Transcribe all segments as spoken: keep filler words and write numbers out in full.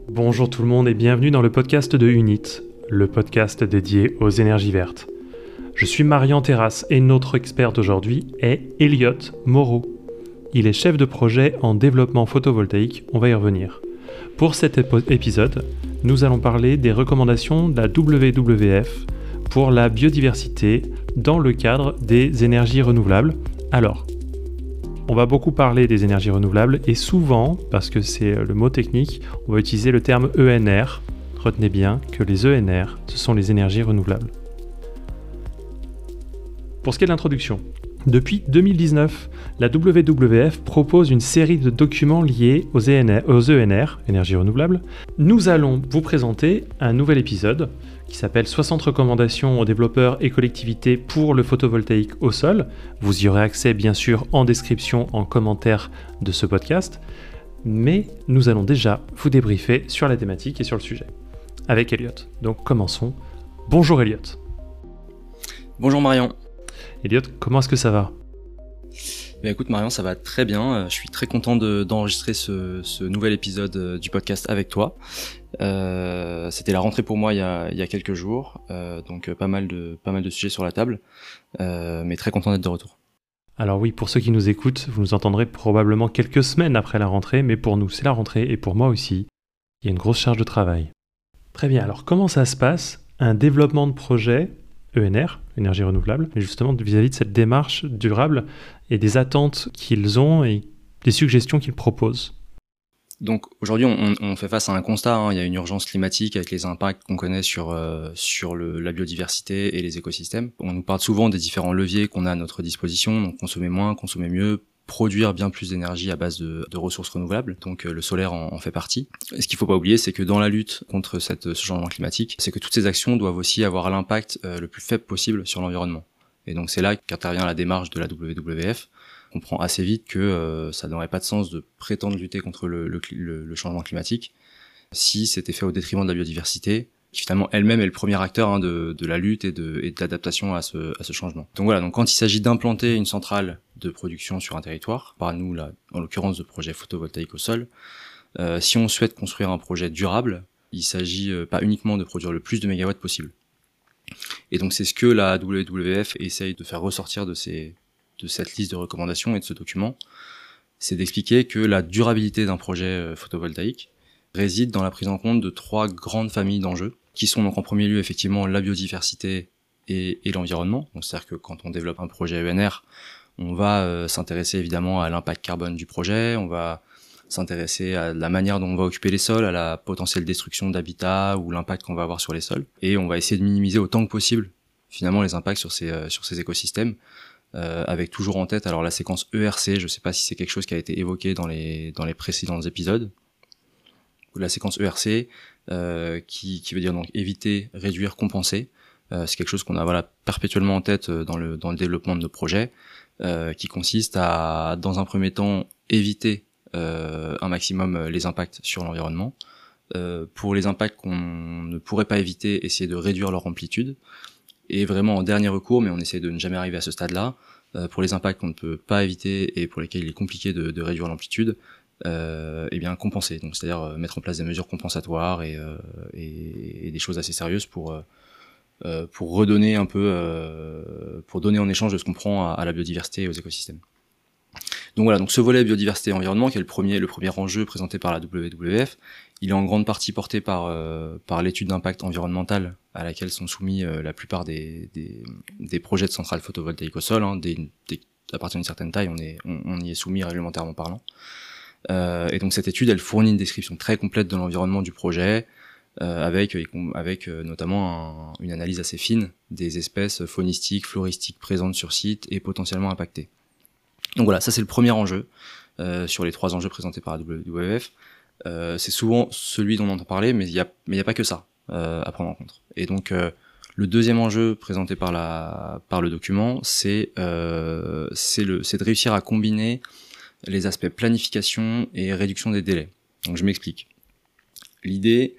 Bonjour tout le monde et bienvenue dans le podcast de Unit, le podcast dédié aux énergies vertes. Je suis Marian Terrasse et notre expert d'aujourd'hui est Elliot Moreau. Il est chef de projet en développement photovoltaïque, on va y revenir. Pour cet épo- épisode, nous allons parler des recommandations de la W W F pour la biodiversité dans le cadre des énergies renouvelables. Alors, on va beaucoup parler des énergies renouvelables et souvent, parce que c'est le mot technique, on va utiliser le terme E N R. Retenez bien que les E N R, ce sont les énergies renouvelables. Pour ce qui est de l'introduction, depuis deux mille dix-neuf, la W W F propose une série de documents liés aux, E N R, aux E N R, énergies renouvelables. Nous allons vous présenter un nouvel épisode qui s'appelle soixante recommandations aux développeurs et collectivités pour le photovoltaïque au sol. Vous y aurez accès bien sûr en description, en commentaire de ce podcast. Mais nous allons déjà vous débriefer sur la thématique et sur le sujet avec Elliot. Donc commençons. Bonjour Elliot. Bonjour Marian. Elliot, comment est-ce que ça va ? Ben écoute Marian, ça va très bien. Je suis très content de, d'enregistrer ce, ce nouvel épisode du podcast avec toi. Euh, c'était la rentrée pour moi il y a, il y a quelques jours, euh, donc pas mal de pas mal de sujets sur la table, euh, mais très content d'être de retour. Alors oui, pour ceux qui nous écoutent, vous nous entendrez probablement quelques semaines après la rentrée, mais pour nous c'est la rentrée et pour moi aussi, il y a une grosse charge de travail. Très bien, alors comment ça se passe, un développement de projet E N R, énergie renouvelable, mais justement vis-à-vis de cette démarche durable et des attentes qu'ils ont et des suggestions qu'ils proposent. Donc aujourd'hui on, on fait face à un constat, hein. Il y a une urgence climatique avec les impacts qu'on connaît sur, euh, sur le, la biodiversité et les écosystèmes. On nous parle souvent des différents leviers qu'on a à notre disposition, donc consommer moins, consommer mieux, produire bien plus d'énergie à base de, de ressources renouvelables, donc euh, le solaire en, en fait partie. Et ce qu'il faut pas oublier, c'est que dans la lutte contre cette, ce changement climatique, c'est que toutes ces actions doivent aussi avoir l'impact euh, le plus faible possible sur l'environnement. Et donc c'est là qu'intervient la démarche de la W W F. On comprend assez vite que euh, ça n'aurait pas de sens de prétendre lutter contre le, le, le, le changement climatique si c'était fait au détriment de la biodiversité, qui finalement elle-même est le premier acteur hein, de, de la lutte et de, et de l'adaptation à ce, à ce changement. Donc voilà, donc quand il s'agit d'implanter une centrale de production sur un territoire, par nous là, en l'occurrence de projets photovoltaïques au sol, euh, si on souhaite construire un projet durable, il s'agit euh, pas uniquement de produire le plus de mégawatts possible. Et donc c'est ce que la W W F essaye de faire ressortir de, ces, de cette liste de recommandations et de ce document, c'est d'expliquer que la durabilité d'un projet photovoltaïque réside dans la prise en compte de trois grandes familles d'enjeux, qui sont donc en premier lieu effectivement la biodiversité et, et l'environnement. Donc c'est-à-dire que quand on développe un projet E N R, on va euh, s'intéresser évidemment à l'impact carbone du projet, on va s'intéresser à la manière dont on va occuper les sols, à la potentielle destruction d'habitats ou l'impact qu'on va avoir sur les sols, et on va essayer de minimiser autant que possible finalement les impacts sur ces euh, sur ces écosystèmes, euh, avec toujours en tête alors la séquence E R C. Je sais pas si c'est quelque chose qui a été évoqué dans les dans les précédents épisodes. La séquence E R C, euh, qui, qui veut dire donc éviter, réduire, compenser. Euh, c'est quelque chose qu'on a voilà perpétuellement en tête dans le dans le développement de nos projets, euh, qui consiste à, dans un premier temps, éviter euh, un maximum les impacts sur l'environnement. Euh, pour les impacts qu'on ne pourrait pas éviter, essayer de réduire leur amplitude. Et vraiment en dernier recours, mais on essaie de ne jamais arriver à ce stade-là, euh, pour les impacts qu'on ne peut pas éviter et pour lesquels il est compliqué de, de réduire l'amplitude, Euh, et bien compenser, donc c'est-à-dire euh, mettre en place des mesures compensatoires et, euh, et, et des choses assez sérieuses pour euh, pour redonner un peu, euh, pour donner en échange de ce qu'on prend à, à la biodiversité et aux écosystèmes. Donc voilà, donc ce volet biodiversité et environnement, qui est le premier le premier enjeu présenté par la W W F, il est en grande partie porté par euh, par l'étude d'impact environnemental à laquelle sont soumis euh, la plupart des, des des projets de centrales photovoltaïques au sol, hein, des, des, à partir d'une certaine taille, on est on, on y est soumis réglementairement parlant. Euh, et donc cette étude, elle fournit une description très complète de l'environnement du projet, euh, avec avec euh, notamment un, une analyse assez fine des espèces faunistiques, floristiques présentes sur site et potentiellement impactées. Donc voilà, ça c'est le premier enjeu euh, sur les trois enjeux présentés par la W W F. Euh, c'est souvent celui dont on entend parler, mais il y a mais il y a pas que ça euh, à prendre en compte. Et donc euh, le deuxième enjeu présenté par la par le document, c'est euh, c'est le c'est de réussir à combiner les aspects planification et réduction des délais. Donc je m'explique. L'idée,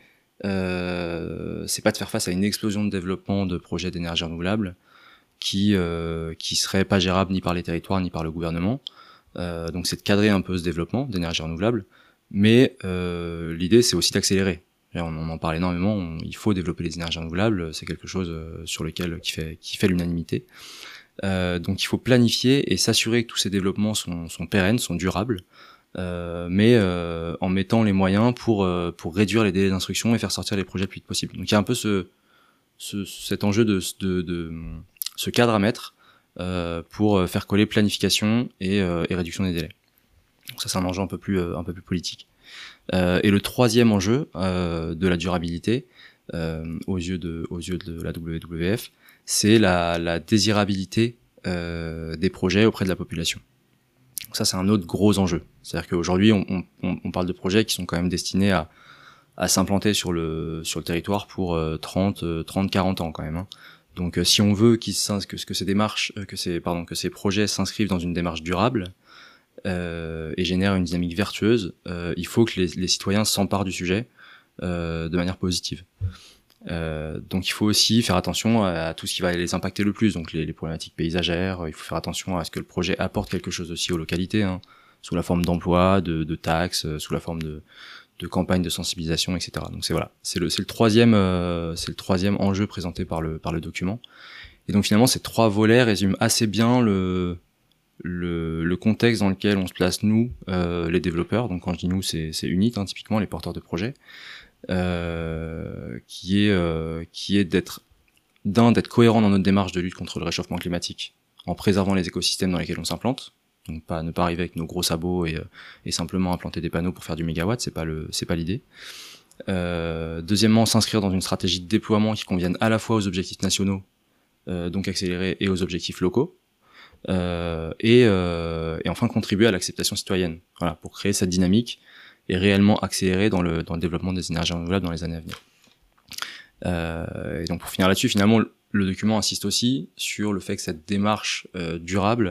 euh, c'est pas de faire face à une explosion de développement de projets d'énergie renouvelable qui euh, qui serait pas gérable ni par les territoires ni par le gouvernement. Euh, donc c'est de cadrer un peu ce développement d'énergie renouvelable, Mais euh, l'idée, c'est aussi d'accélérer. On, on en parle énormément. On, il faut développer les énergies renouvelables. C'est quelque chose euh, sur lequel qui fait qui fait l'unanimité. Euh, donc, il faut planifier et s'assurer que tous ces développements sont, sont pérennes, sont durables, euh, mais euh, en mettant les moyens pour euh, pour réduire les délais d'instruction et faire sortir les projets le plus vite possible. Donc, il y a un peu ce, ce cet enjeu de, de, de ce cadre à mettre euh, pour faire coller planification et, euh, et réduction des délais. Donc ça, c'est un enjeu un peu plus euh, un peu plus politique. Euh, et le troisième enjeu euh, de la durabilité euh, aux yeux de aux yeux de la W W F, c'est la, la désirabilité euh, des projets auprès de la population. Donc ça, c'est un autre gros enjeu. C'est-à-dire qu'aujourd'hui, on, on, on parle de projets qui sont quand même destinés à, à s'implanter sur le sur le territoire pour euh, trente, quarante ans quand même. Hein. Donc, euh, si on veut qu'ils que, que ces démarches, euh, que ces pardon, que ces projets s'inscrivent dans une démarche durable euh, et génèrent une dynamique vertueuse, euh, il faut que les, les citoyens s'emparent du sujet euh, de manière positive. Euh, donc il faut aussi faire attention à, à tout ce qui va les impacter le plus, donc les, les problématiques paysagères. Il faut faire attention à ce que le projet apporte quelque chose aussi aux localités, hein, sous la forme d'emploi, de, de taxes, sous la forme de, de campagnes de sensibilisation, et cetera. Donc c'est voilà, c'est le c'est le troisième euh, c'est le troisième enjeu présenté par le par le document. Et donc finalement ces trois volets résument assez bien le le, le contexte dans lequel on se place nous, euh, les développeurs. Donc quand je dis nous, c'est c'est Unit, hein, typiquement les porteurs de projets. Euh, qui est euh, qui est d'être d'un d'être cohérent dans notre démarche de lutte contre le réchauffement climatique en préservant les écosystèmes dans lesquels on s'implante, donc pas ne pas arriver avec nos gros sabots et, et simplement implanter des panneaux pour faire du mégawatt, c'est pas le c'est pas l'idée. Euh, deuxièmement, s'inscrire dans une stratégie de déploiement qui convienne à la fois aux objectifs nationaux, euh, donc accélérés, et aux objectifs locaux. Euh, et, euh, et enfin contribuer à l'acceptation citoyenne, voilà, pour créer cette dynamique et réellement accélérer dans le dans le développement des énergies renouvelables dans les années à venir. Euh, et donc pour finir là-dessus, finalement, le document insiste aussi sur le fait que cette démarche euh, durable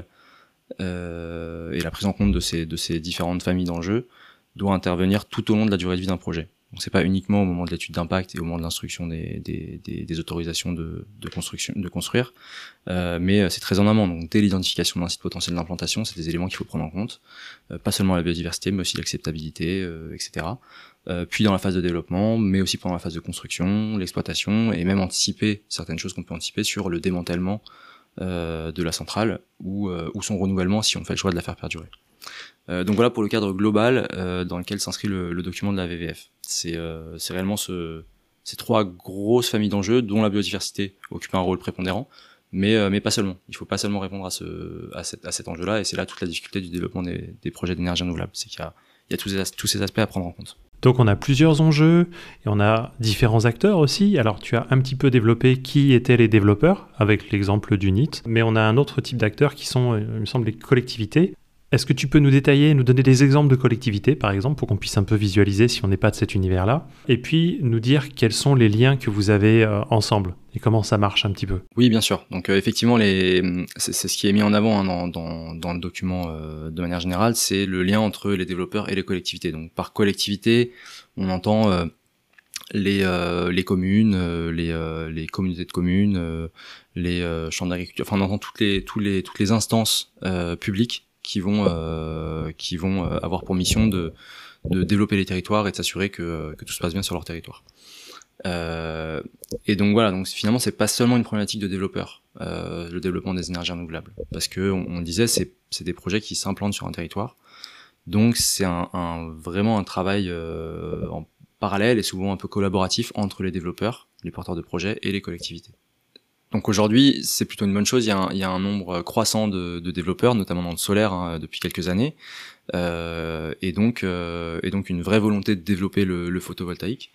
euh, et la prise en compte de ces de ces différentes familles d'enjeux doit intervenir tout au long de la durée de vie d'un projet. Donc c'est pas uniquement au moment de l'étude d'impact et au moment de l'instruction des, des, des, des autorisations de, de construction, de construire, euh, mais c'est très en amont. Donc dès l'identification d'un site potentiel d'implantation, c'est des éléments qu'il faut prendre en compte, euh, pas seulement la biodiversité, mais aussi l'acceptabilité, euh, et cetera. Euh, puis dans la phase de développement, mais aussi pendant la phase de construction, l'exploitation, et même anticiper certaines choses qu'on peut anticiper sur le démantèlement euh, de la centrale ou, euh, ou son renouvellement si on fait le choix de la faire perdurer. Euh, donc voilà pour le cadre global euh, dans lequel s'inscrit le, le document de la V V F. C'est, euh, c'est réellement ce, ces trois grosses familles d'enjeux dont la biodiversité occupe un rôle prépondérant, mais, euh, mais pas seulement. Il ne faut pas seulement répondre à, ce, à, cet, à cet enjeu-là, et c'est là toute la difficulté du développement des, des projets d'énergie renouvelable. C'est qu'il y a, il y a tous, ces, tous ces aspects à prendre en compte. Donc on a plusieurs enjeux et on a différents acteurs aussi. Alors tu as un petit peu développé qui étaient les développeurs avec l'exemple d'Unit, mais on a un autre type d'acteurs qui sont, il me semble, les collectivités. Est-ce que tu peux nous détailler, nous donner des exemples de collectivités, par exemple, pour qu'on puisse un peu visualiser si on n'est pas de cet univers-là, et puis nous dire quels sont les liens que vous avez euh, ensemble et comment ça marche un petit peu? Oui, bien sûr. Donc euh, effectivement, les... c'est, c'est ce qui est mis en avant hein, dans, dans, dans le document euh, de manière générale, c'est le lien entre les développeurs et les collectivités. Donc par collectivité, on entend euh, les, euh, les communes, euh, les, euh, les communautés de communes, euh, les euh, chambres d'agriculture, enfin on entend toutes les, tous les, toutes les instances euh, publiques qui vont euh, qui vont avoir pour mission de de développer les territoires et de s'assurer que que tout se passe bien sur leur territoire. Euh, et donc voilà, donc finalement c'est pas seulement une problématique de développeurs, euh, le développement des énergies renouvelables, parce que on, on disait c'est c'est des projets qui s'implantent sur un territoire, donc c'est un, un vraiment un travail euh, en parallèle et souvent un peu collaboratif entre les développeurs, les porteurs de projets et les collectivités. Donc aujourd'hui, c'est plutôt une bonne chose. Il y a un, il y a un nombre croissant de, de développeurs, notamment dans le solaire, hein, depuis quelques années, euh, et donc euh, et donc une vraie volonté de développer le, le photovoltaïque.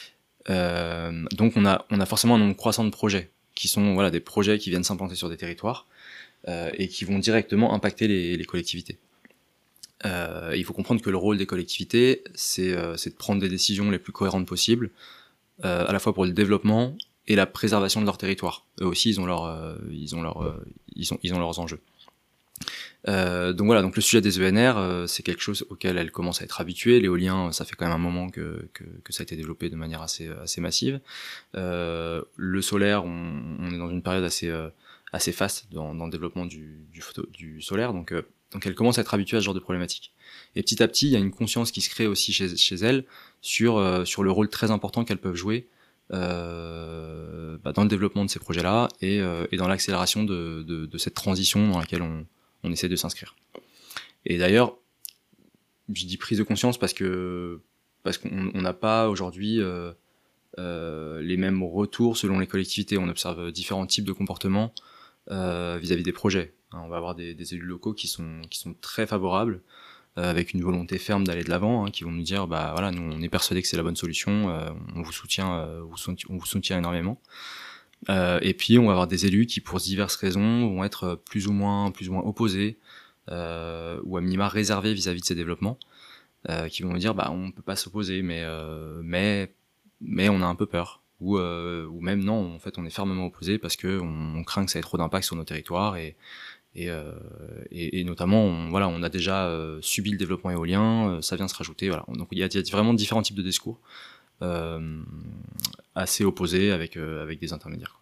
Euh, donc on a on a forcément un nombre croissant de projets qui sont voilà des projets qui viennent s'implanter sur des territoires euh, et qui vont directement impacter les, les collectivités. Euh, il faut comprendre que le rôle des collectivités, c'est euh, c'est de prendre des décisions les plus cohérentes possibles, euh, à la fois pour le développement et la préservation de leur territoire. Eux aussi, ils ont leur, euh, ils ont leur, euh, ils ont, ils ont leurs enjeux. Euh, donc voilà, donc le sujet des E N R, euh, c'est quelque chose auquel elles commencent à être habituées. L'éolien, ça fait quand même un moment que, que, que ça a été développé de manière assez, assez massive. Euh, le solaire, on, on est dans une période assez, euh, assez faste dans, dans le développement du, du, photo, du solaire. Donc euh, Donc elles commencent à être habituées à ce genre de problématiques. Et petit à petit, il y a une conscience qui se crée aussi chez, chez elles sur, euh, sur le rôle très important qu'elles peuvent jouer euh, bah, dans le développement de ces projets-là et, euh, et dans l'accélération de, de, de cette transition dans laquelle on, on essaie de s'inscrire. Et d'ailleurs, je dis prise de conscience parce que parce qu'on n'a pas aujourd'hui euh, euh, les mêmes retours selon les collectivités. On observe différents types de comportements euh, vis-à-vis des projets. On va avoir des, des élus locaux qui sont qui sont très favorables, euh, avec une volonté ferme d'aller de l'avant, hein, qui vont nous dire bah voilà, nous on est persuadés que c'est la bonne solution, euh, on vous soutient, euh, vous soutient, on vous soutient énormément. Euh, et puis on va avoir des élus qui pour diverses raisons vont être plus ou moins plus ou moins opposés, euh, ou à minima réservés vis-à-vis de ces développements, euh, qui vont nous dire bah on peut pas s'opposer, mais euh, mais mais on a un peu peur. Ou, euh, ou même non, en fait on est fermement opposé parce que on, on craint que ça ait trop d'impact sur nos territoires et et, euh, et, et notamment on, voilà on a déjà euh, subi le développement éolien, euh, ça vient se rajouter, voilà. Donc il y a, il y a vraiment différents types de discours euh, assez opposés avec euh, avec des intermédiaires.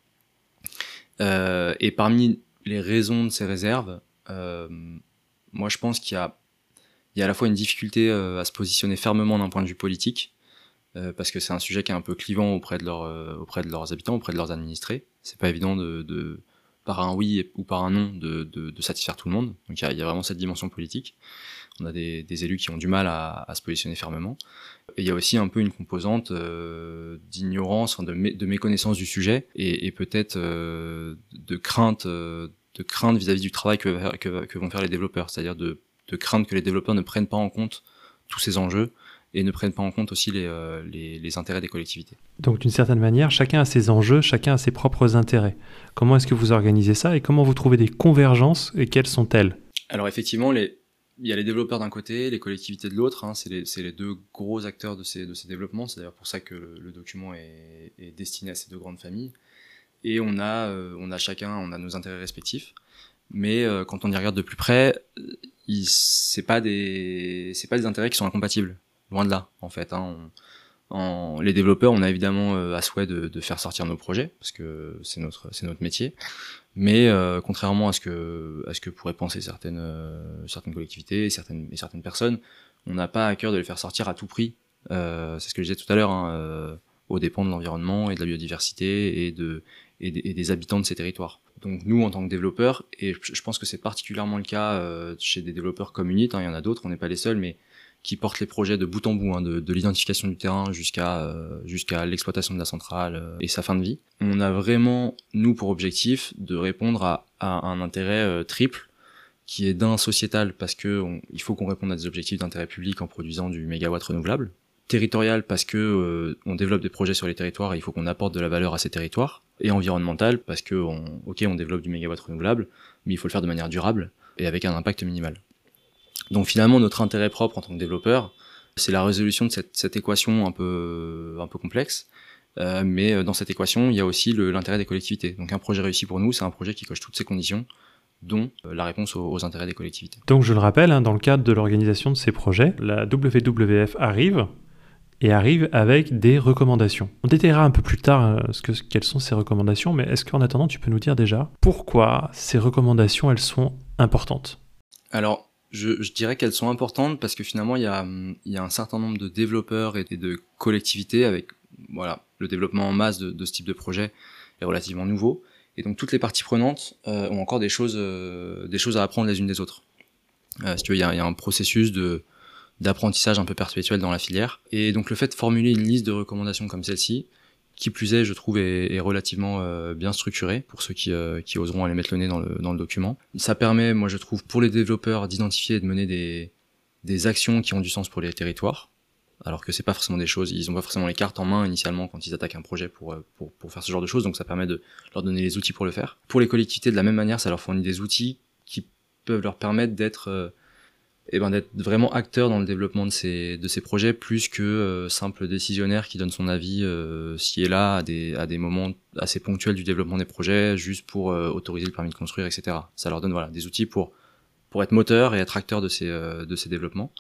Euh, et parmi les raisons de ces réserves, euh, moi je pense qu'il y a il y a à la fois une difficulté euh, à se positionner fermement d'un point de vue politique. Euh, parce que c'est un sujet qui est un peu clivant auprès de, leur, euh, auprès de leurs habitants, auprès de leurs administrés. C'est pas évident de, de par un oui ou par un non de, de, de satisfaire tout le monde. Donc il y a, y a vraiment cette dimension politique. On a des, des élus qui ont du mal à, à se positionner fermement. Et il y a aussi un peu une composante euh, d'ignorance, de, mé, de méconnaissance du sujet et, et peut-être euh, de crainte, euh, de crainte vis-à-vis du travail que, que, que vont faire les développeurs. C'est-à-dire de, de crainte que les développeurs ne prennent pas en compte tous ces enjeux et ne prennent pas en compte aussi les, euh, les, les intérêts des collectivités. Donc d'une certaine manière, chacun a ses enjeux, chacun a ses propres intérêts. Comment est-ce que vous organisez ça et comment vous trouvez des convergences et quelles sont-elles ? Alors effectivement, les, il y a les développeurs d'un côté, les collectivités de l'autre, hein, c'est, les, c'est les deux gros acteurs de ces, de ces développements, c'est d'ailleurs pour ça que le, le document est, est destiné à ces deux grandes familles. Et on a, euh, on a chacun, on a nos intérêts respectifs, mais euh, quand on y regarde de plus près, il, c'est pas des, c'est pas des intérêts qui sont incompatibles. Loin de là, en fait. Hein. On, en, les développeurs, on a évidemment euh, à souhait de, de faire sortir nos projets, parce que c'est notre, c'est notre métier. Mais euh, contrairement à ce que, à ce que pourraient penser certaines, euh, certaines collectivités et certaines, et certaines personnes, on n'a pas à cœur de les faire sortir à tout prix. Euh, c'est ce que je disais tout à l'heure, hein, euh, aux dépens de l'environnement et de la biodiversité et, de, et, de, et des habitants de ces territoires. Donc nous, en tant que développeurs, et je pense que c'est particulièrement le cas euh, chez des développeurs comme Unit, hein, il y en a d'autres, on n'est pas les seuls, mais qui portent les projets de bout en bout, hein, de, de l'identification du terrain jusqu'à euh, jusqu'à l'exploitation de la centrale euh, et sa fin de vie. On a vraiment, nous, pour objectif de répondre à, à un intérêt euh, triple, qui est d'un sociétal, parce que on, il faut qu'on réponde à des objectifs d'intérêt public en produisant du mégawatt renouvelable, territorial, parce que euh, on développe des projets sur les territoires et il faut qu'on apporte de la valeur à ces territoires, et environnemental, parce que, on, ok, on développe du mégawatt renouvelable, mais il faut le faire de manière durable et avec un impact minimal. Donc finalement, notre intérêt propre en tant que développeur, c'est la résolution de cette, cette équation un peu, un peu complexe. Euh, mais dans cette équation, il y a aussi le, l'intérêt des collectivités. Donc un projet réussi pour nous, c'est un projet qui coche toutes ces conditions, dont la réponse aux, aux intérêts des collectivités. Donc je le rappelle, hein, dans le cadre de l'organisation de ces projets, la W W F arrive et arrive avec des recommandations. On détaillera un peu plus tard euh, ce que, quelles sont ces recommandations, mais est-ce qu'en attendant, tu peux nous dire déjà pourquoi ces recommandations, elles sont importantes ? Alors, Je, je dirais qu'elles sont importantes parce que finalement il y a, il y a un certain nombre de développeurs et de collectivités avec, voilà, le développement en masse de, de ce type de projet est relativement nouveau et donc toutes les parties prenantes euh, ont encore des choses, euh, des choses à apprendre les unes des autres. Euh, si tu veux, il y a, il y a un processus de d'apprentissage un peu perpétuel dans la filière et donc le fait de formuler une liste de recommandations comme celle-ci, qui plus est, je trouve, est, est relativement euh, bien structuré pour ceux qui, euh, qui oseront aller mettre le nez dans le, dans le document. Ça permet, moi je trouve, pour les développeurs d'identifier et de mener des, des actions qui ont du sens pour les territoires, alors que c'est pas forcément des choses, ils ont pas forcément les cartes en main initialement quand ils attaquent un projet pour, pour, pour faire ce genre de choses, donc ça permet de leur donner les outils pour le faire. Pour les collectivités, de la même manière, ça leur fournit des outils qui peuvent leur permettre d'être... Euh, et ben d'être vraiment acteur dans le développement de ces de ces projets plus que euh, simple décisionnaire qui donne son avis euh, ci et là à des à des moments assez ponctuels du développement des projets juste pour euh, autoriser le permis de construire, et cetera. Ça leur donne voilà des outils pour pour être moteur et être acteur de ces euh, de ces développements.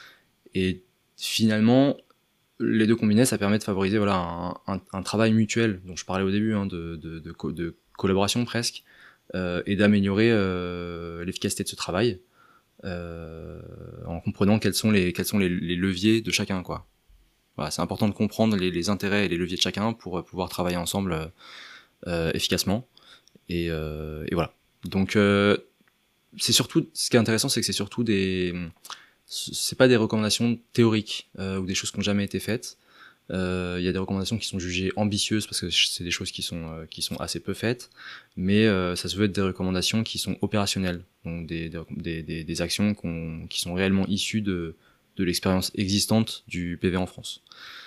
Et finalement, les deux combinés, ça permet de favoriser voilà un, un, un travail mutuel dont je parlais au début, hein, de, de, de, co- de collaboration presque, euh, et d'améliorer euh, l'efficacité de ce travail. euh, en comprenant quels sont les quels sont les, les leviers de chacun, quoi. Voilà, c'est important de comprendre les, les intérêts et les leviers de chacun pour pouvoir travailler ensemble euh, efficacement. Et, euh, et voilà. Donc euh, c'est surtout, ce qui est intéressant, c'est que c'est surtout des, c'est pas des recommandations théoriques euh, ou des choses qui n'ont jamais été faites. Il euh, y a des recommandations qui sont jugées ambitieuses parce que c'est des choses qui sont euh, qui sont assez peu faites, mais euh, ça se veut être des recommandations qui sont opérationnelles, donc des des des, des actions qu'on, qui sont réellement issues de de l'expérience existante du P V en France.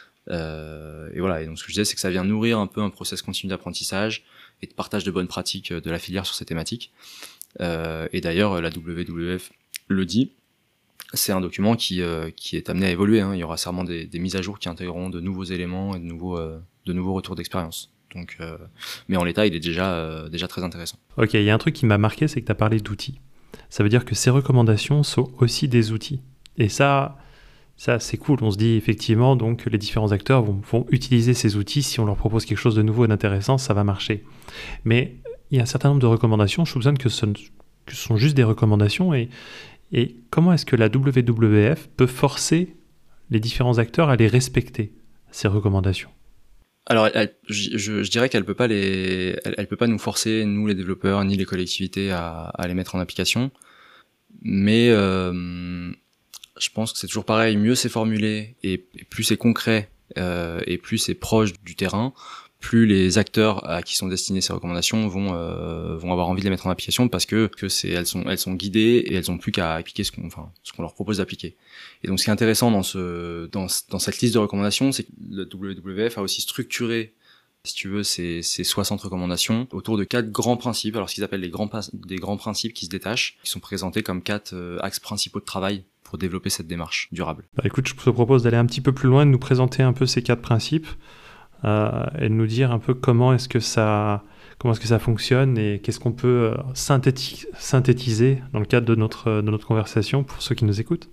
Euh, et voilà. Et donc ce que je disais, c'est que ça vient nourrir un peu un process continu d'apprentissage et de partage de bonnes pratiques de la filière sur ces thématiques. Euh, et d'ailleurs, la W W F le dit. C'est un document qui, euh, qui est amené à évoluer, hein. Il y aura sûrement des, des mises à jour qui intégreront de nouveaux éléments et de nouveaux, euh, de nouveaux retours d'expérience. Donc, euh, mais en l'état, il est déjà, euh, déjà très intéressant. Ok, il y a un truc qui m'a marqué, c'est que tu as parlé d'outils. Ça veut dire que ces recommandations sont aussi des outils. Et ça, ça c'est cool. On se dit effectivement donc, que les différents acteurs vont, vont utiliser ces outils. Si on leur propose quelque chose de nouveau et d'intéressant, ça va marcher. Mais il y a un certain nombre de recommandations. Je soupçonne que ce, que ce sont juste des recommandations. Et, et comment est-ce que la W W F peut forcer les différents acteurs à les respecter, ces recommandations ? Alors, elle, je, je, je dirais qu'elle peut pas les, elle, elle peut pas nous forcer, nous les développeurs, ni les collectivités, à, à les mettre en application. Mais euh, je pense que c'est toujours pareil. Mieux c'est formulé et, et plus c'est concret euh, et plus c'est proche du terrain, plus les acteurs à qui sont destinées ces recommandations vont euh, vont avoir envie de les mettre en application parce que que c'est elles sont elles sont guidées et elles ont plus qu'à appliquer ce qu'on enfin ce qu'on leur propose d'appliquer. Et donc ce qui est intéressant dans ce dans dans cette liste de recommandations, c'est que le W W F a aussi structuré, si tu veux, ces ces soixante recommandations autour de quatre grands principes, alors ce qu'ils appellent les grands des grands principes qui se détachent, qui sont présentés comme quatre euh, axes principaux de travail pour développer cette démarche durable. Bah écoute, je te propose d'aller un petit peu plus loin, de nous présenter un peu ces quatre principes. Euh, et de nous dire un peu comment est-ce que ça, comment est-ce que ça fonctionne et qu'est-ce qu'on peut synthéti- synthétiser dans le cadre de notre, de notre conversation pour ceux qui nous écoutent.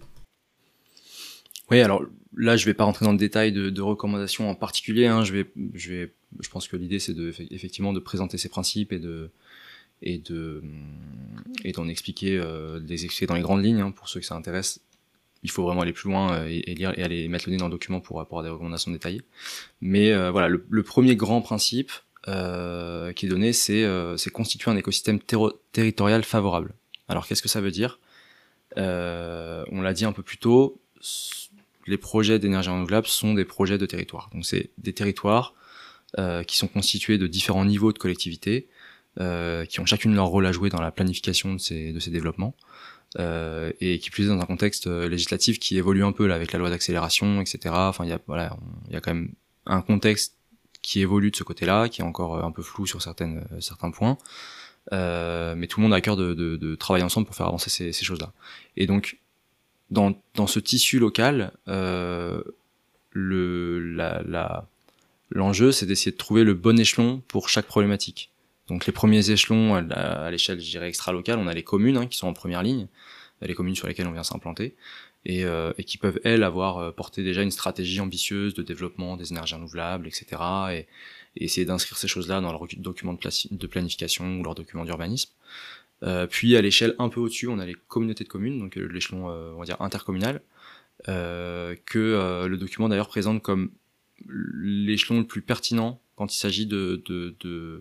Oui, alors là, je vais pas rentrer dans le détail de, de recommandations en particulier. Hein. Je vais, je vais, je pense que l'idée c'est de effectivement de présenter ces principes et de et de et d'en expliquer, euh, de les expliquer dans les grandes lignes, hein, pour ceux que ça intéresse. Il faut vraiment aller plus loin et, et lire et aller mettre le nez dans le document pour avoir des recommandations détaillées. Mais euh, voilà, le, le premier grand principe euh, qui est donné, c'est euh, c'est constituer un écosystème terro- territorial favorable. Alors qu'est-ce que ça veut dire ? euh, On l'a dit un peu plus tôt, les projets d'énergie renouvelable sont des projets de territoire. Donc c'est des territoires euh, qui sont constitués de différents niveaux de collectivité, euh, qui ont chacune leur rôle à jouer dans la planification de ces, de ces développements. Euh, et qui plus est dans un contexte législatif qui évolue un peu là avec la loi d'accélération, et cetera. Enfin, il y a voilà, il y a quand même un contexte qui évolue de ce côté-là, qui est encore un peu flou sur certaines certains points. Euh, mais tout le monde a à cœur de, de, de travailler ensemble pour faire avancer ces, ces choses-là. Et donc, dans dans ce tissu local, euh, le la la l'enjeu, c'est d'essayer de trouver le bon échelon pour chaque problématique. Donc les premiers échelons à, à l'échelle, je dirais, extra-locale, on a les communes, hein, qui sont en première ligne, les communes sur lesquelles on vient s'implanter, et, euh, et qui peuvent, elles, avoir porté déjà une stratégie ambitieuse de développement des énergies renouvelables, et cetera, et, et essayer d'inscrire ces choses-là dans leur document de, pla- de planification ou leur document d'urbanisme. Euh, puis à l'échelle un peu au-dessus, on a les communautés de communes, donc l'échelon, euh, on va dire, intercommunal, euh, que euh, le document d'ailleurs présente comme l'échelon le plus pertinent quand il s'agit de... de, de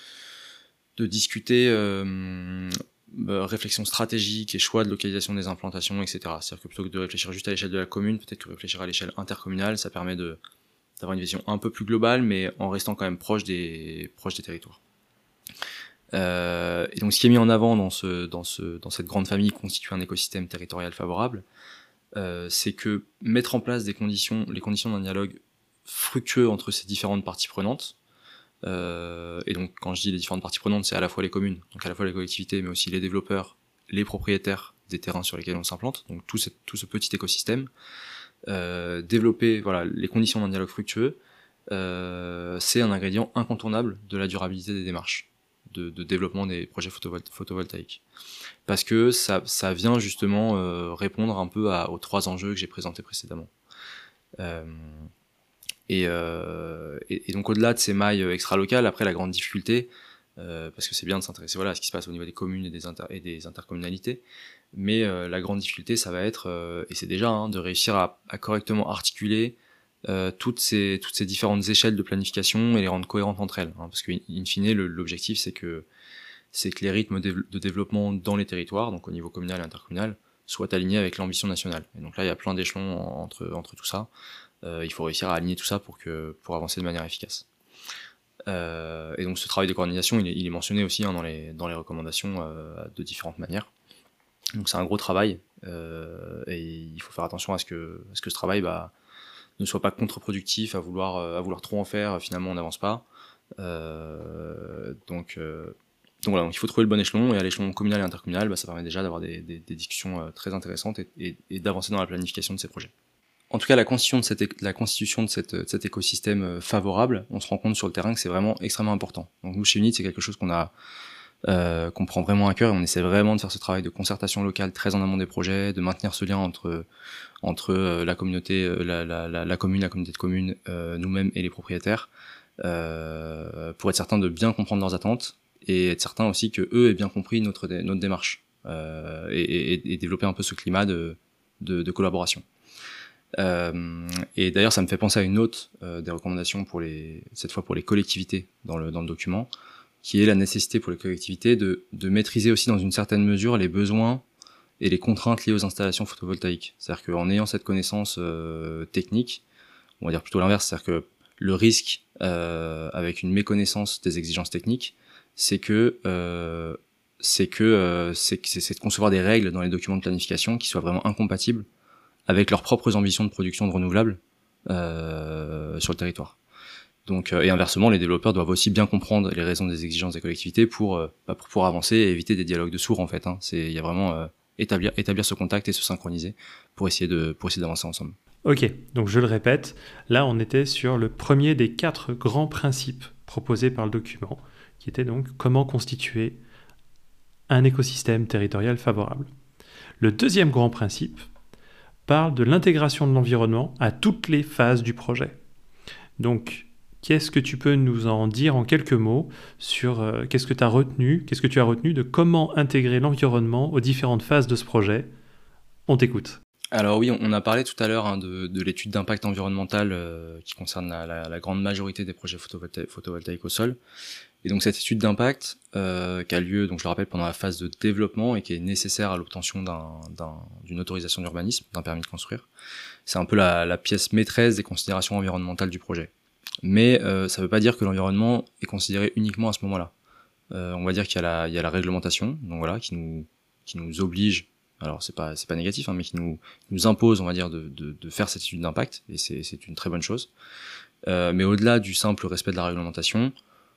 de discuter euh, euh, réflexion stratégique et choix de localisation des implantations, et cetera. C'est-à-dire que plutôt que de réfléchir juste à l'échelle de la commune, peut-être que réfléchir à l'échelle intercommunale, ça permet de d'avoir une vision un peu plus globale, mais en restant quand même proche des proche des territoires. Euh, et donc, ce qui est mis en avant dans ce dans ce dans cette grande famille constitue un écosystème territorial favorable, euh, c'est que mettre en place des conditions, les conditions d'un dialogue fructueux entre ces différentes parties prenantes. Euh, et donc, quand je dis les différentes parties prenantes, c'est à la fois les communes, donc à la fois les collectivités, mais aussi les développeurs, les propriétaires des terrains sur lesquels on s'implante, donc tout ce, tout ce petit écosystème. Euh, développer voilà, les conditions d'un dialogue fructueux, euh, c'est un ingrédient incontournable de la durabilité des démarches de, de développement des projets photovol- photovoltaïques. Parce que ça, ça vient justement euh, répondre un peu à, aux trois enjeux que j'ai présentés précédemment. Euh, Et, euh, et, et donc au-delà de ces mailles extra-locales, après la grande difficulté, euh, parce que c'est bien de s'intéresser voilà, à ce qui se passe au niveau des communes et des, inter et des intercommunalités, mais euh, la grande difficulté, ça va être, euh, et c'est déjà, hein, de réussir à, à correctement articuler euh, toutes, ces, toutes ces différentes échelles de planification et les rendre cohérentes entre elles, hein, parce que in fine, l'objectif, c'est que, c'est que les rythmes de développement dans les territoires, donc au niveau communal et intercommunal, soient alignés avec l'ambition nationale. Et donc là, il y a plein d'échelons entre, entre tout ça. Euh, il faut réussir à aligner tout ça pour, que, pour avancer de manière efficace. Euh, et donc ce travail de coordination, il est, il est mentionné aussi, hein, dans, les, dans les recommandations euh, de différentes manières. Donc c'est un gros travail, euh, et il faut faire attention à ce que, à ce, que ce travail bah, ne soit pas contre-productif, à vouloir, à vouloir trop en faire, finalement on n'avance pas. Euh, donc, euh, donc voilà, donc il faut trouver le bon échelon, et à l'échelon communal et intercommunal, bah, ça permet déjà d'avoir des, des, des discussions euh, très intéressantes et, et, et d'avancer dans la planification de ces projets. En tout cas, la constitution de, cette, la constitution de, cette, de cet écosystème favorable, on se rend compte sur le terrain que c'est vraiment extrêmement important. Donc nous, chez Unit, c'est quelque chose qu'on a, euh, qu'on prend vraiment à cœur, et on essaie vraiment de faire ce travail de concertation locale très en amont des projets, de maintenir ce lien entre, entre la communauté, la, la, la, la commune, la communauté de communes, euh, nous-mêmes et les propriétaires, euh, pour être certain de bien comprendre leurs attentes, et être certain aussi que eux aient bien compris notre, notre démarche, euh, et, et, et développer un peu ce climat de, de, de collaboration. Euh, et d'ailleurs, ça me fait penser à une autre euh, des recommandations pour les, cette fois pour les collectivités dans le, dans le document, qui est la nécessité pour les collectivités de, de maîtriser aussi dans une certaine mesure les besoins et les contraintes liées aux installations photovoltaïques. C'est-à-dire qu'en ayant cette connaissance euh, technique, on va dire plutôt l'inverse, c'est-à-dire que le risque euh, avec une méconnaissance des exigences techniques, c'est que euh, c'est que euh, c'est c'est de concevoir des règles dans les documents de planification qui soient vraiment incompatibles avec leurs propres ambitions de production de renouvelables euh, sur le territoire. Donc, euh, et inversement, les développeurs doivent aussi bien comprendre les raisons des exigences des collectivités pour, euh, bah, pour pouvoir avancer et éviter des dialogues de sourds, en fait. Hein. Il y a vraiment euh, établir, établir ce contact et se synchroniser pour essayer de, pour essayer d'avancer ensemble. Ok, donc je le répète, là on était sur le premier des quatre grands principes proposés par le document, qui était donc comment constituer un écosystème territorial favorable. Le deuxième grand principe parle de l'intégration de l'environnement à toutes les phases du projet. Donc, qu'est-ce que tu peux nous en dire en quelques mots sur euh, qu'est-ce que tu as retenu, qu'est-ce que tu as retenu de comment intégrer l'environnement aux différentes phases de ce projet? On t'écoute. Alors oui, on a parlé tout à l'heure, hein, de, de l'étude d'impact environnemental euh, qui concerne la, la, la grande majorité des projets photovoltaïques, photovoltaïques au sol. Et donc cette étude d'impact euh, qui a lieu, donc je le rappelle, pendant la phase de développement et qui est nécessaire à l'obtention d'un, d'un, d'une autorisation d'urbanisme, d'un permis de construire, c'est un peu la, la pièce maîtresse des considérations environnementales du projet. Mais euh, ça ne veut pas dire que l'environnement est considéré uniquement à ce moment-là. Euh, on va dire qu'il y a la, il y a la réglementation, donc voilà, qui nous, qui nous oblige. Alors c'est pas c'est pas négatif, hein, mais qui nous qui nous impose, on va dire, de de, de faire cette étude d'impact, et c'est c'est une très bonne chose. Euh, mais au-delà du simple respect de la réglementation,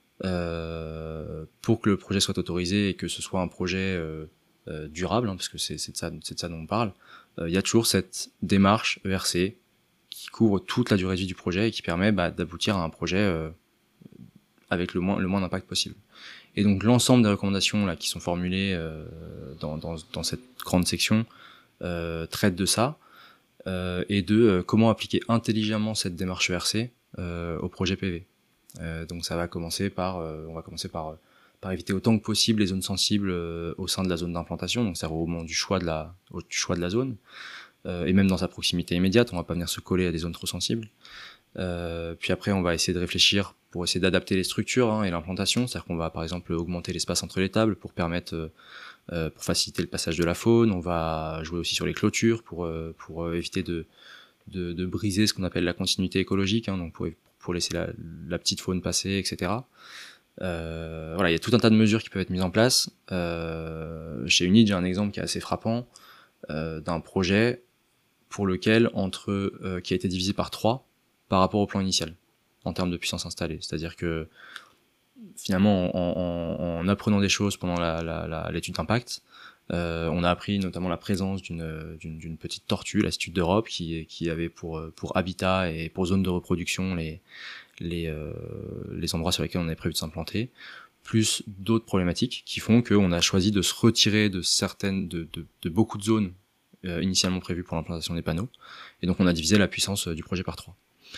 euh, pour que le projet soit autorisé et que ce soit un projet euh, euh, durable, hein, parce que c'est c'est de ça c'est de ça dont on parle, euh, il y a toujours cette démarche E R C qui couvre toute la durée de vie du projet et qui permet bah, d'aboutir à un projet euh, avec le moins le moins d'impact possible. Et donc l'ensemble des recommandations là qui sont formulées euh, dans, dans, dans cette grande section euh, traitent de ça euh, et de euh, comment appliquer intelligemment cette démarche E R C euh, au projet P V. Euh, donc ça va commencer par, euh, on va commencer par par éviter autant que possible les zones sensibles euh, au sein de la zone d'implantation, donc c'est-à-dire au moment du choix de la au, du choix de la zone euh, et même dans sa proximité immédiate, on va pas venir se coller à des zones trop sensibles. Euh, puis après, on va essayer de réfléchir pour essayer d'adapter les structures hein, et l'implantation, c'est-à-dire qu'on va par exemple augmenter l'espace entre les tables pour permettre, euh, pour faciliter le passage de la faune. On va jouer aussi sur les clôtures pour euh, pour éviter de, de de briser ce qu'on appelle la continuité écologique, hein, donc pour pour laisser la, la petite faune passer, et cetera. Euh, voilà, il y a tout un tas de mesures qui peuvent être mises en place. Euh, chez Unit, j'ai un exemple qui est assez frappant euh, d'un projet pour lequel entre euh, qui a été divisé par trois par rapport au plan initial, en termes de puissance installée. C'est-à-dire que, finalement, en, en, en apprenant des choses pendant la, la, la, l'étude d'impact, euh, on a appris notamment la présence d'une, d'une, d'une petite tortue, la Situde d'Europe, qui, qui avait pour, pour habitat et pour zone de reproduction les, les, euh, les endroits sur lesquels on avait prévu de s'implanter, plus d'autres problématiques qui font qu'on a choisi de se retirer de certaines, de, de, de beaucoup de zones euh, initialement prévues pour l'implantation des panneaux, et donc on a divisé la puissance euh, du projet par trois.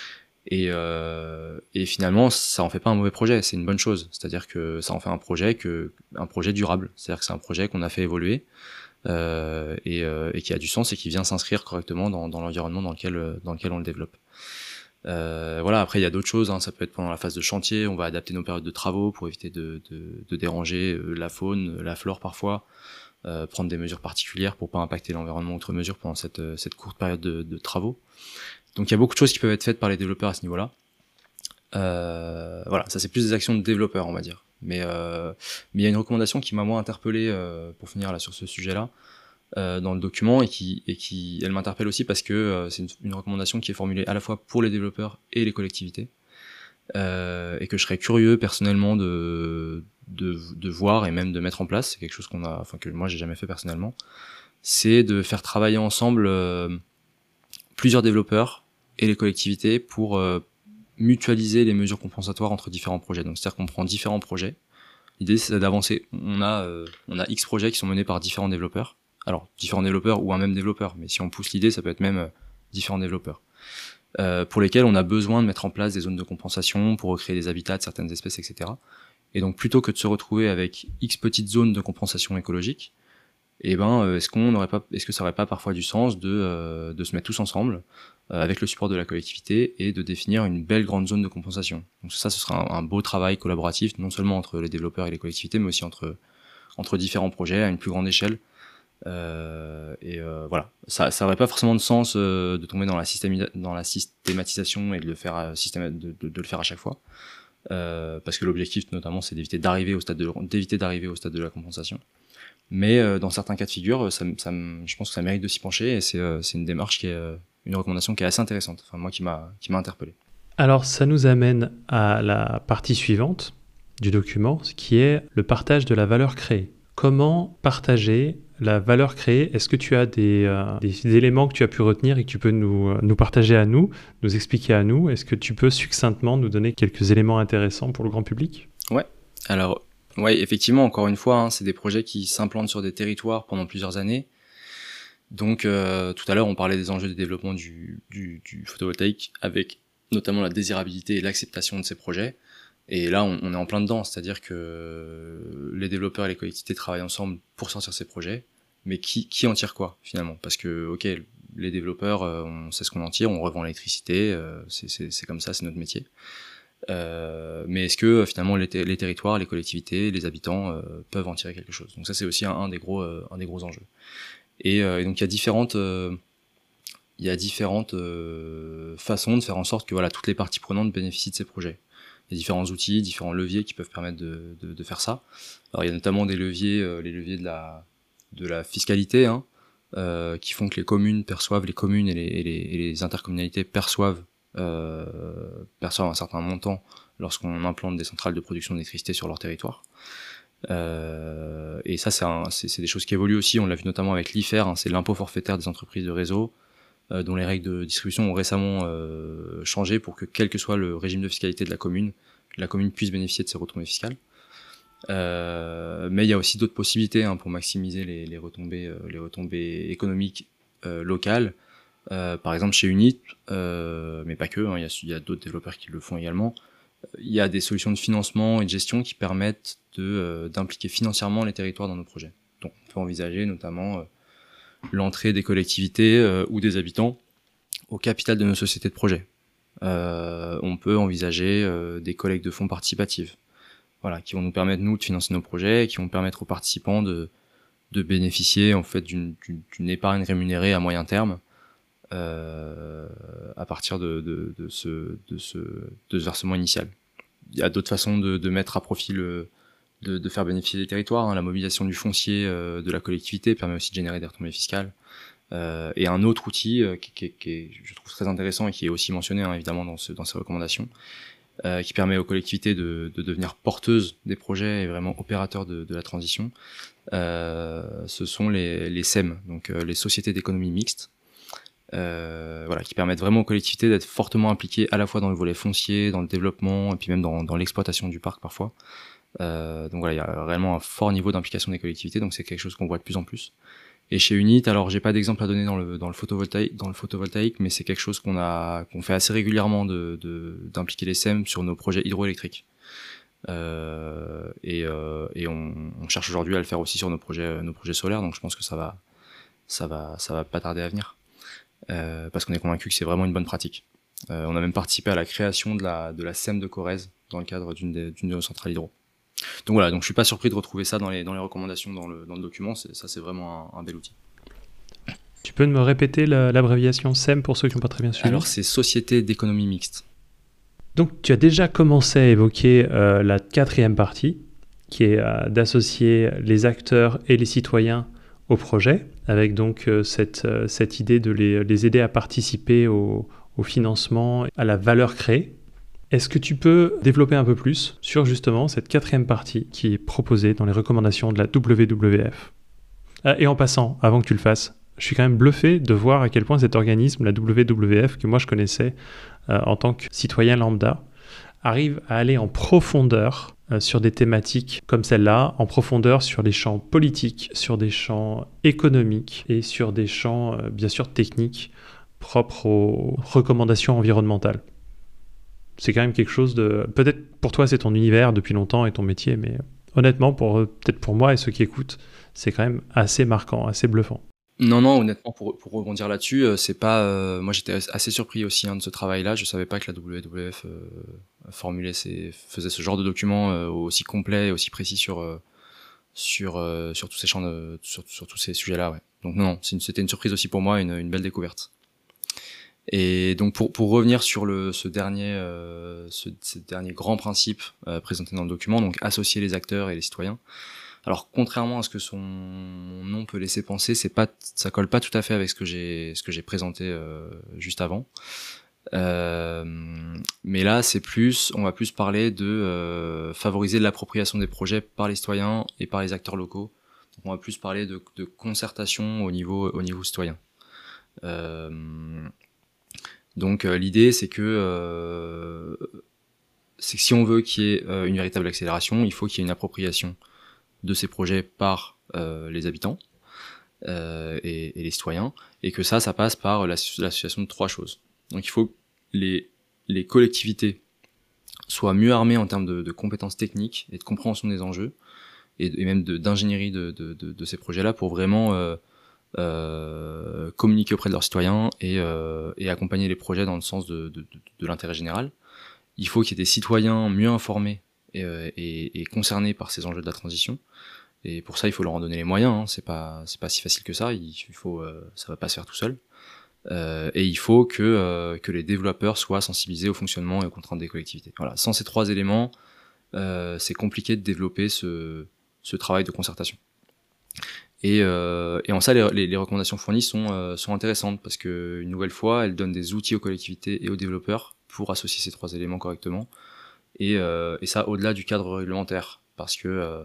Et, euh, et finalement, ça en fait pas un mauvais projet, c'est une bonne chose. C'est-à-dire que ça en fait un projet que un projet durable. C'est-à-dire que c'est un projet qu'on a fait évoluer euh, et, euh, et qui a du sens et qui vient s'inscrire correctement dans, dans l'environnement dans lequel dans lequel on le développe. Euh, voilà. Après, il y a d'autres choses. Hein. Ça peut être pendant la phase de chantier, on va adapter nos périodes de travaux pour éviter de, de, de déranger la faune, la flore parfois. Euh, prendre des mesures particulières pour pas impacter l'environnement outre mesure pendant cette, cette courte période de, de travaux. Donc il y a beaucoup de choses qui peuvent être faites par les développeurs à ce niveau-là. Euh, voilà, ça c'est plus des actions de développeurs, on va dire. Mais euh, mais il y a une recommandation qui m'a moi interpellé euh, pour finir là sur ce sujet-là euh, dans le document et qui et qui elle m'interpelle aussi parce que euh, c'est une, une recommandation qui est formulée à la fois pour les développeurs et les collectivités euh, et que je serais curieux personnellement de de de voir et même de mettre en place. C'est quelque chose qu'on a, enfin que moi j'ai jamais fait personnellement. C'est de faire travailler ensemble euh, plusieurs développeurs et les collectivités pour euh, mutualiser les mesures compensatoires entre différents projets. Donc c'est-à-dire qu'on prend différents projets. L'idée c'est d'avancer. On a euh, on a X projets qui sont menés par différents développeurs. Alors différents développeurs ou un même développeur, mais si on pousse l'idée, ça peut être même euh, différents développeurs. Euh, pour lesquels on a besoin de mettre en place des zones de compensation pour recréer des habitats de certaines espèces, et cetera. Et donc plutôt que de se retrouver avec X petites zones de compensation écologique, eh ben, est-ce qu'on n'aurait pas, est-ce que ça aurait pas parfois du sens de euh, de se mettre tous ensemble euh, avec le support de la collectivité et de définir une belle grande zone de compensation. Donc ça, ce sera un, un beau travail collaboratif, non seulement entre les développeurs et les collectivités, mais aussi entre entre différents projets à une plus grande échelle. Euh, et euh, voilà, ça, ça aurait pas forcément de sens euh, de tomber dans la systémi- dans la systématisation et de le faire à, systéma- de, de, de le faire à chaque fois, euh, parce que l'objectif notamment c'est d'éviter d'arriver au stade de d'éviter d'arriver au stade de la compensation. Mais euh, dans certains cas de figure, ça, ça, je pense que ça mérite de s'y pencher et c'est, euh, c'est une démarche qui est euh, une recommandation qui est assez intéressante. Enfin moi qui m'a qui m'a interpellé. Alors ça nous amène à la partie suivante du document, ce qui est le partage de la valeur créée. Comment partager la valeur créée? Est-ce que tu as des, euh, des éléments que tu as pu retenir et que tu peux nous, nous partager à nous, nous expliquer à nous? Est-ce que tu peux succinctement nous donner quelques éléments intéressants pour le grand public? Ouais, alors, ouais, effectivement, encore une fois, hein, c'est des projets qui s'implantent sur des territoires pendant plusieurs années. Donc, euh, tout à l'heure, on parlait des enjeux de développement du, du, du photovoltaïque avec notamment la désirabilité et l'acceptation de ces projets. Et là, on, on est en plein dedans, c'est-à-dire que les développeurs et les collectivités travaillent ensemble pour sortir ces projets, mais qui, qui en tire quoi finalement? Parce que, ok, les développeurs, euh, on sait ce qu'on en tire, on revend l'électricité, euh, c'est, c'est, c'est comme ça, c'est notre métier. Euh, mais est-ce que finalement les, ter- les territoires, les collectivités, les habitants euh, peuvent en tirer quelque chose? Donc ça, c'est aussi un, un des gros, euh, un des gros enjeux. Et, euh, et donc il y a différentes, euh, il y a différentes euh, façons de faire en sorte que voilà toutes les parties prenantes bénéficient de ces projets. Il y a différents outils, différents leviers qui peuvent permettre de, de, de faire ça. Alors il y a notamment des leviers, euh, les leviers de la, de la fiscalité, hein, euh, qui font que les communes perçoivent, les communes et les, et les, et les intercommunalités perçoivent, euh, perçoivent un certain montant lorsqu'on implante des centrales de production d'électricité sur leur territoire. Euh, et ça, c'est, un, c'est, c'est des choses qui évoluent aussi. On l'a vu notamment avec l'I F E R, hein, c'est l'impôt forfaitaire des entreprises de réseau, euh, dont les règles de distribution ont récemment euh, changé pour que, quel que soit le régime de fiscalité de la commune, la commune puisse bénéficier de ces retombées fiscales. Euh, mais il y a aussi d'autres possibilités hein, pour maximiser les, les retombées, euh, les retombées économiques euh, locales. Euh, par exemple chez Unit, euh, mais pas que, hein, il y a, il y a d'autres développeurs qui le font également. Il y a des solutions de financement et de gestion qui permettent de, euh, d'impliquer financièrement les territoires dans nos projets. Donc on peut envisager notamment euh, l'entrée des collectivités euh, ou des habitants au capital de nos sociétés de projet. Euh, on peut envisager euh, des collectes de fonds participatifs, voilà, qui vont nous permettre nous de financer nos projets et qui vont permettre aux participants de, de bénéficier en fait d'une, d'une, d'une épargne rémunérée à moyen terme euh, à partir de, de, de, ce, de, ce, de ce versement initial. Il y a d'autres façons de, de mettre à profit le, de, de faire bénéficier des territoires. Hein. La mobilisation du foncier euh, de la collectivité permet aussi de générer des retombées fiscales. Euh, et un autre outil euh, qui, qui, qui est, je trouve très intéressant et qui est aussi mentionné hein, évidemment dans, ce, dans ces recommandations, euh, qui permet aux collectivités de, de devenir porteuses des projets et vraiment opérateurs de, de la transition. Euh, ce sont les, les S E M, donc euh, les sociétés d'économie mixte, euh, voilà, qui permettent vraiment aux collectivités d'être fortement impliquées à la fois dans le volet foncier, dans le développement et puis même dans, dans l'exploitation du parc parfois. Euh, donc voilà, il y a réellement un fort niveau d'implication des collectivités, donc c'est quelque chose qu'on voit de plus en plus. Et chez Unit, alors j'ai pas d'exemple à donner dans le dans le photovoltaïque, dans le photovoltaïque, mais c'est quelque chose qu'on a qu'on fait assez régulièrement de de d'impliquer les S E M sur nos projets hydroélectriques. Euh, et euh, et on, on cherche aujourd'hui à le faire aussi sur nos projets nos projets solaires. Donc je pense que ça va ça va ça va pas tarder à venir. Euh, parce qu'on est convaincu que c'est vraiment une bonne pratique. Euh, on a même participé à la création de la de la S E M de Corrèze dans le cadre d'une des, d'une de nos centrales hydro. Donc voilà, donc je suis pas surpris de retrouver ça dans les dans les recommandations dans le dans le document. C'est, ça c'est vraiment un, un bel outil. Tu peux me répéter la, l'abréviation S E M pour ceux qui n'ont pas très bien suivi? Alors c'est Société d'économie mixte. Donc tu as déjà commencé à évoquer euh, la quatrième partie, qui est euh, d'associer les acteurs et les citoyens au projet, avec donc euh, cette, euh, cette idée de les, les aider à participer au, au financement, à la valeur créée. Est-ce que tu peux développer un peu plus sur justement cette quatrième partie qui est proposée dans les recommandations de la W W F? Ah, et en passant, avant que tu le fasses, je suis quand même bluffé de voir à quel point cet organisme, la W W F, que moi je connaissais euh, en tant que citoyen lambda, arrive à aller en profondeur euh, sur des thématiques comme celle-là, en profondeur sur les champs politiques, sur des champs économiques et sur des champs, euh, bien sûr, techniques propres aux recommandations environnementales. C'est quand même quelque chose de... Peut-être pour toi, c'est ton univers depuis longtemps et ton métier, mais honnêtement, pour, peut-être pour moi et ceux qui écoutent, c'est quand même assez marquant, assez bluffant. Non, non, honnêtement, pour, pour rebondir là-dessus, euh, c'est pas. Euh, moi, j'étais assez surpris aussi hein, de ce travail-là. Je savais pas que la W W F euh, formulait ces, faisait ce genre de document euh, aussi complet et aussi précis sur euh, sur euh, sur tous ces champs, de, sur, sur tous ces sujets-là. Ouais. Donc non, non, c'est une, c'était une surprise aussi pour moi, une, une belle découverte. Et donc pour pour revenir sur le ce dernier euh, ce, ce dernier grand principe euh, présenté dans le document, donc associer les acteurs et les citoyens. Alors contrairement à ce que son nom peut laisser penser, c'est pas, ça colle pas tout à fait avec ce que j'ai, ce que j'ai présenté euh, juste avant. Euh, mais là, c'est plus, on va plus parler de euh, favoriser l'appropriation des projets par les citoyens et par les acteurs locaux. Donc on va plus parler de, de concertation au niveau, au niveau citoyen. Euh, donc euh, l'idée, c'est que euh, c'est que si on veut qu'il y ait euh, une véritable accélération, il faut qu'il y ait une appropriation de ces projets par euh, les habitants euh, et, et les citoyens, et que ça, ça passe par l'association de trois choses. Donc il faut que les, les collectivités soient mieux armées en termes de, de compétences techniques et de compréhension des enjeux, et, et même de, d'ingénierie de, de, de, de ces projets-là pour vraiment euh, euh, communiquer auprès de leurs citoyens et, euh, et accompagner les projets dans le sens de, de, de, de l'intérêt général. Il faut qu'il y ait des citoyens mieux informés et, et, et concernés par ces enjeux de la transition. Et pour ça, il faut leur en donner les moyens. Hein. C'est pas, c'est pas si facile que ça. Il faut, euh, ça va pas se faire tout seul. Euh, et il faut que euh, que les développeurs soient sensibilisés au fonctionnement et aux contraintes des collectivités. Voilà. Sans ces trois éléments, euh, c'est compliqué de développer ce ce travail de concertation. Et, euh, et en ça, les, les, les recommandations fournies sont euh, sont intéressantes parce que une nouvelle fois, elles donnent des outils aux collectivités et aux développeurs pour associer ces trois éléments correctement. Et, euh, et ça au-delà du cadre réglementaire, parce que euh,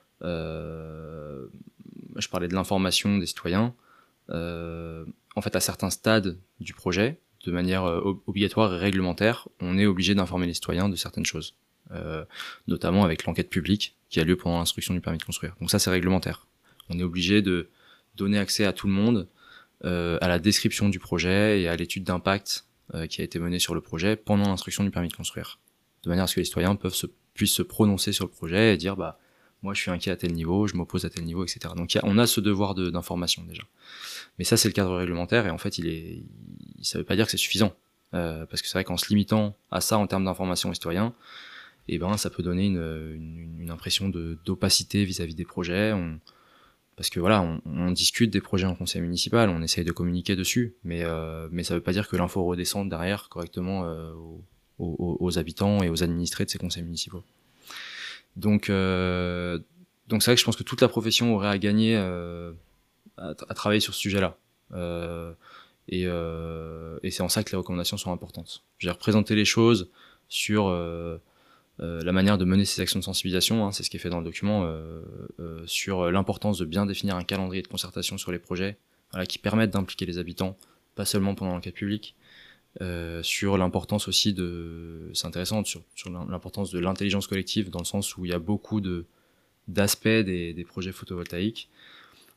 euh, je parlais de l'information des citoyens. Euh, en fait, à certains stades du projet, de manière euh, obligatoire et réglementaire, on est obligé d'informer les citoyens de certaines choses, euh, notamment avec l'enquête publique qui a lieu pendant l'instruction du permis de construire. Donc ça, c'est réglementaire. On est obligé de donner accès à tout le monde euh, à la description du projet et à l'étude d'impact euh, qui a été menée sur le projet pendant l'instruction du permis de construire, de manière à ce que les citoyens peuvent se, puissent se prononcer sur le projet et dire bah moi je suis inquiet à tel niveau, je m'oppose à tel niveau, et cetera. Donc y a, on a ce devoir de, d'information déjà. Mais ça c'est le cadre réglementaire et en fait il est, il, ça veut pas dire que c'est suffisant, euh, parce que c'est vrai qu'en se limitant à ça en termes d'information aux citoyens, et eh ben ça peut donner une, une, une impression de d'opacité vis-à-vis des projets. On, parce que voilà, on, on discute des projets en conseil municipal, on essaye de communiquer dessus, mais euh, mais ça veut pas dire que l'info redescende derrière correctement euh, aux, aux, aux habitants et aux administrés de ces conseils municipaux. Donc euh, donc c'est vrai que je pense que toute la profession aurait à gagner euh, à, à travailler sur ce sujet-là. Euh, et, euh, et c'est en ça que les recommandations sont importantes. Je vais représenter les choses sur euh, Euh, la manière de mener ces actions de sensibilisation, hein, c'est ce qui est fait dans le document, euh, euh, sur l'importance de bien définir un calendrier de concertation sur les projets, voilà, qui permettent d'impliquer les habitants, pas seulement pendant l'enquête publique, euh, sur l'importance aussi de, c'est intéressant, sur, sur l'importance de l'intelligence collective, dans le sens où il y a beaucoup de d'aspects des, des projets photovoltaïques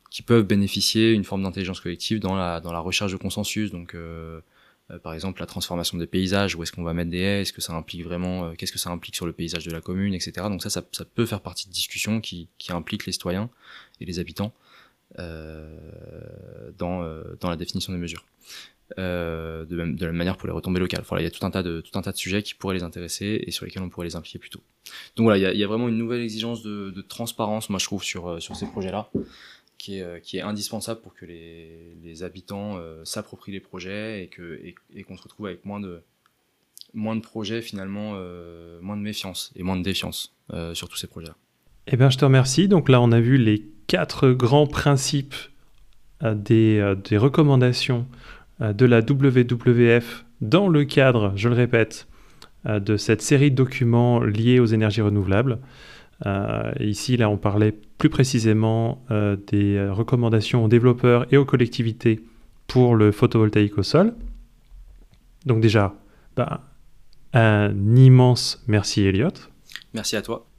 qui peuvent bénéficier une forme d'intelligence collective dans la dans la recherche de consensus. Donc euh, euh, par exemple la transformation des paysages, où est-ce qu'on va mettre des haies, est-ce que ça implique vraiment, euh, qu'est-ce que ça implique sur le paysage de la commune, et cetera. Donc ça, ça, ça peut faire partie de discussions qui qui impliquent les citoyens et les habitants euh, dans euh, dans la définition des mesures. Euh, de, même, de la même manière pour les retombées locales. Voilà, il y a tout un tas de tout un tas de sujets qui pourraient les intéresser et sur lesquels on pourrait les impliquer plus tôt. Donc voilà, il y a, il y a vraiment une nouvelle exigence de, de transparence, moi je trouve, sur sur ces projets-là, qui est qui est indispensable pour que les les habitants euh, s'approprient les projets et que et, et qu'on se retrouve avec moins de moins de projets finalement, euh, moins de méfiance et moins de défiance euh, sur tous ces projets-là. Eh bien, je te remercie. Donc là, on a vu les quatre grands principes euh, des euh, des recommandations de la W W F dans le cadre, je le répète, de cette série de documents liés aux énergies renouvelables. Euh, ici, là, on parlait plus précisément euh, des recommandations aux développeurs et aux collectivités pour le photovoltaïque au sol. Donc déjà, bah, un immense merci Elliot. Merci à toi.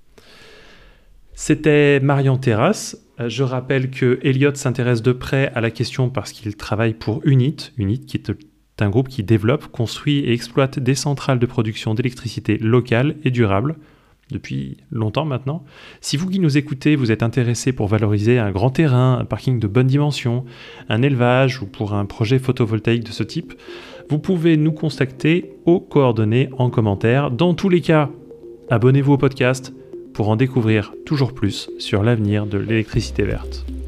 C'était Marian Terrasse. Je rappelle que Elliot s'intéresse de près à la question parce qu'il travaille pour Unit. Unit, qui est un groupe qui développe, construit et exploite des centrales de production d'électricité locales et durables depuis longtemps maintenant. Si vous qui nous écoutez, vous êtes intéressé pour valoriser un grand terrain, un parking de bonne dimension, un élevage ou pour un projet photovoltaïque de ce type, vous pouvez nous contacter aux coordonnées en commentaire. Dans tous les cas, abonnez-vous au podcast pour en découvrir toujours plus sur l'avenir de l'électricité verte.